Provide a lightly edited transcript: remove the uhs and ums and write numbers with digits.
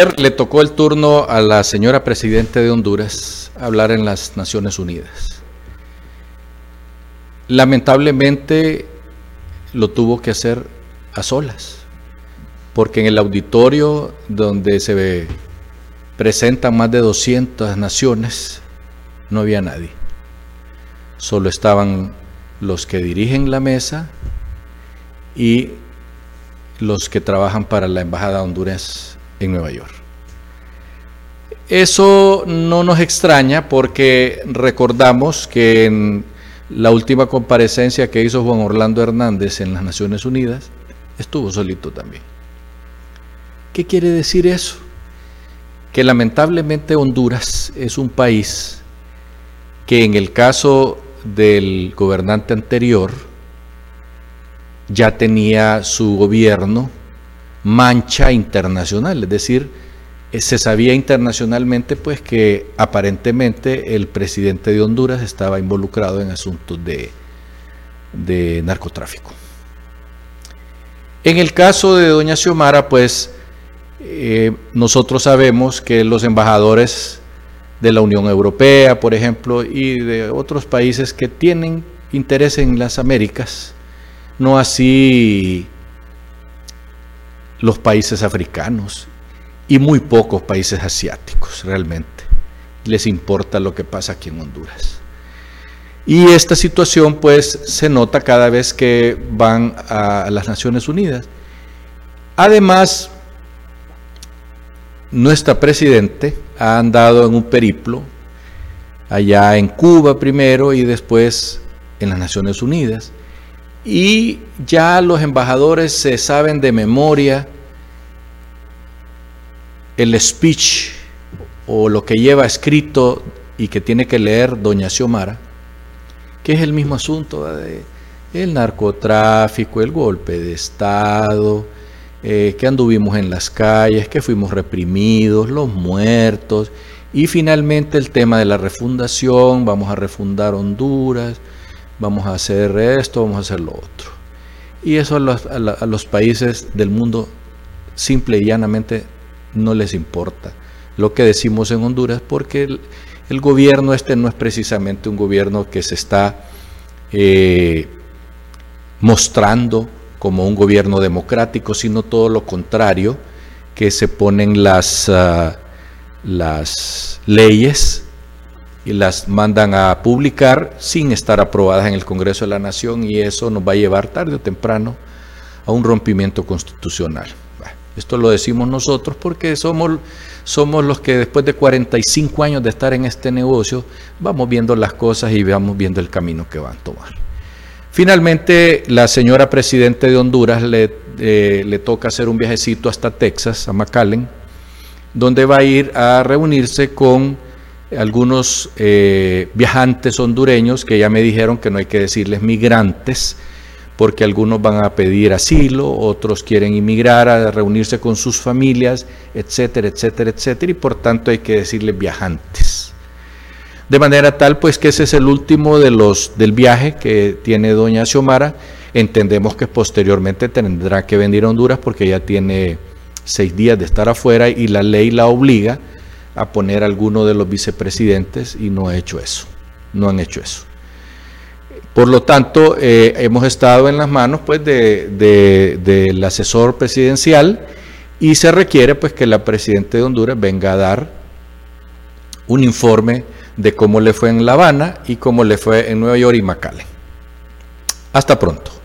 Ayer le tocó el turno a la señora Presidente de Honduras hablar en las Naciones Unidas. Lamentablemente lo tuvo que hacer a solas, porque en el auditorio donde se presentan más de 200 naciones no había nadie. Solo estaban los que dirigen la mesa y los que trabajan para la Embajada de Honduras en Nueva York. Eso no nos extraña porque recordamos que en la última comparecencia que hizo Juan Orlando Hernández en las Naciones Unidas estuvo solito también. ¿Qué quiere decir eso? Que lamentablemente Honduras es un país que en el caso del gobernante anterior ya tenía su gobierno mancha internacional, es decir, se sabía internacionalmente pues que aparentemente el presidente de Honduras estaba involucrado en asuntos de narcotráfico. En el caso de doña Xiomara, pues nosotros sabemos que los embajadores de la Unión Europea, por ejemplo, y de otros países que tienen interés en las Américas, no así los países africanos y muy pocos países asiáticos realmente les importa lo que pasa aquí en Honduras. Y esta situación pues se nota cada vez que van a las Naciones Unidas. Además, nuestra presidente ha andado en un periplo allá en Cuba primero y después en las Naciones Unidas. Y ya los embajadores se saben de memoria el speech o lo que lleva escrito y que tiene que leer doña Xiomara, que es el mismo asunto de el narcotráfico, el golpe de Estado, que anduvimos en las calles, que fuimos reprimidos, los muertos, y finalmente el tema de la refundación, vamos a refundar Honduras, vamos a hacer esto, vamos a hacer lo otro. Y eso a los países del mundo simple y llanamente no les importa lo que decimos en Honduras, porque el gobierno no es precisamente un gobierno que se está mostrando como un gobierno democrático, sino todo lo contrario, que se ponen las leyes y las mandan a publicar sin estar aprobadas en el Congreso de la Nación, y eso nos va a llevar tarde o temprano a un rompimiento constitucional. Esto lo decimos nosotros porque somos los que después de 45 años de estar en este negocio vamos viendo las cosas y vamos viendo el camino que van a tomar. Finalmente, la señora Presidente de Honduras le toca hacer un viajecito hasta Texas, a McAllen, donde va a ir a reunirse con algunos viajantes hondureños que ya me dijeron que no hay que decirles migrantes, porque algunos van a pedir asilo, otros quieren inmigrar a reunirse con sus familias, etcétera, etcétera, etcétera, y por tanto hay que decirles viajantes. De manera tal pues que ese es el último del viaje que tiene doña Xiomara. Entendemos que posteriormente tendrá que venir a Honduras porque ya tiene 6 días de estar afuera y la ley la obliga a poner a alguno de los vicepresidentes y no ha hecho eso, no han hecho eso. Por lo tanto, hemos estado en las manos pues del asesor presidencial y se requiere pues que la Presidenta de Honduras venga a dar un informe de cómo le fue en La Habana y cómo le fue en Nueva York y McAllen. Hasta pronto.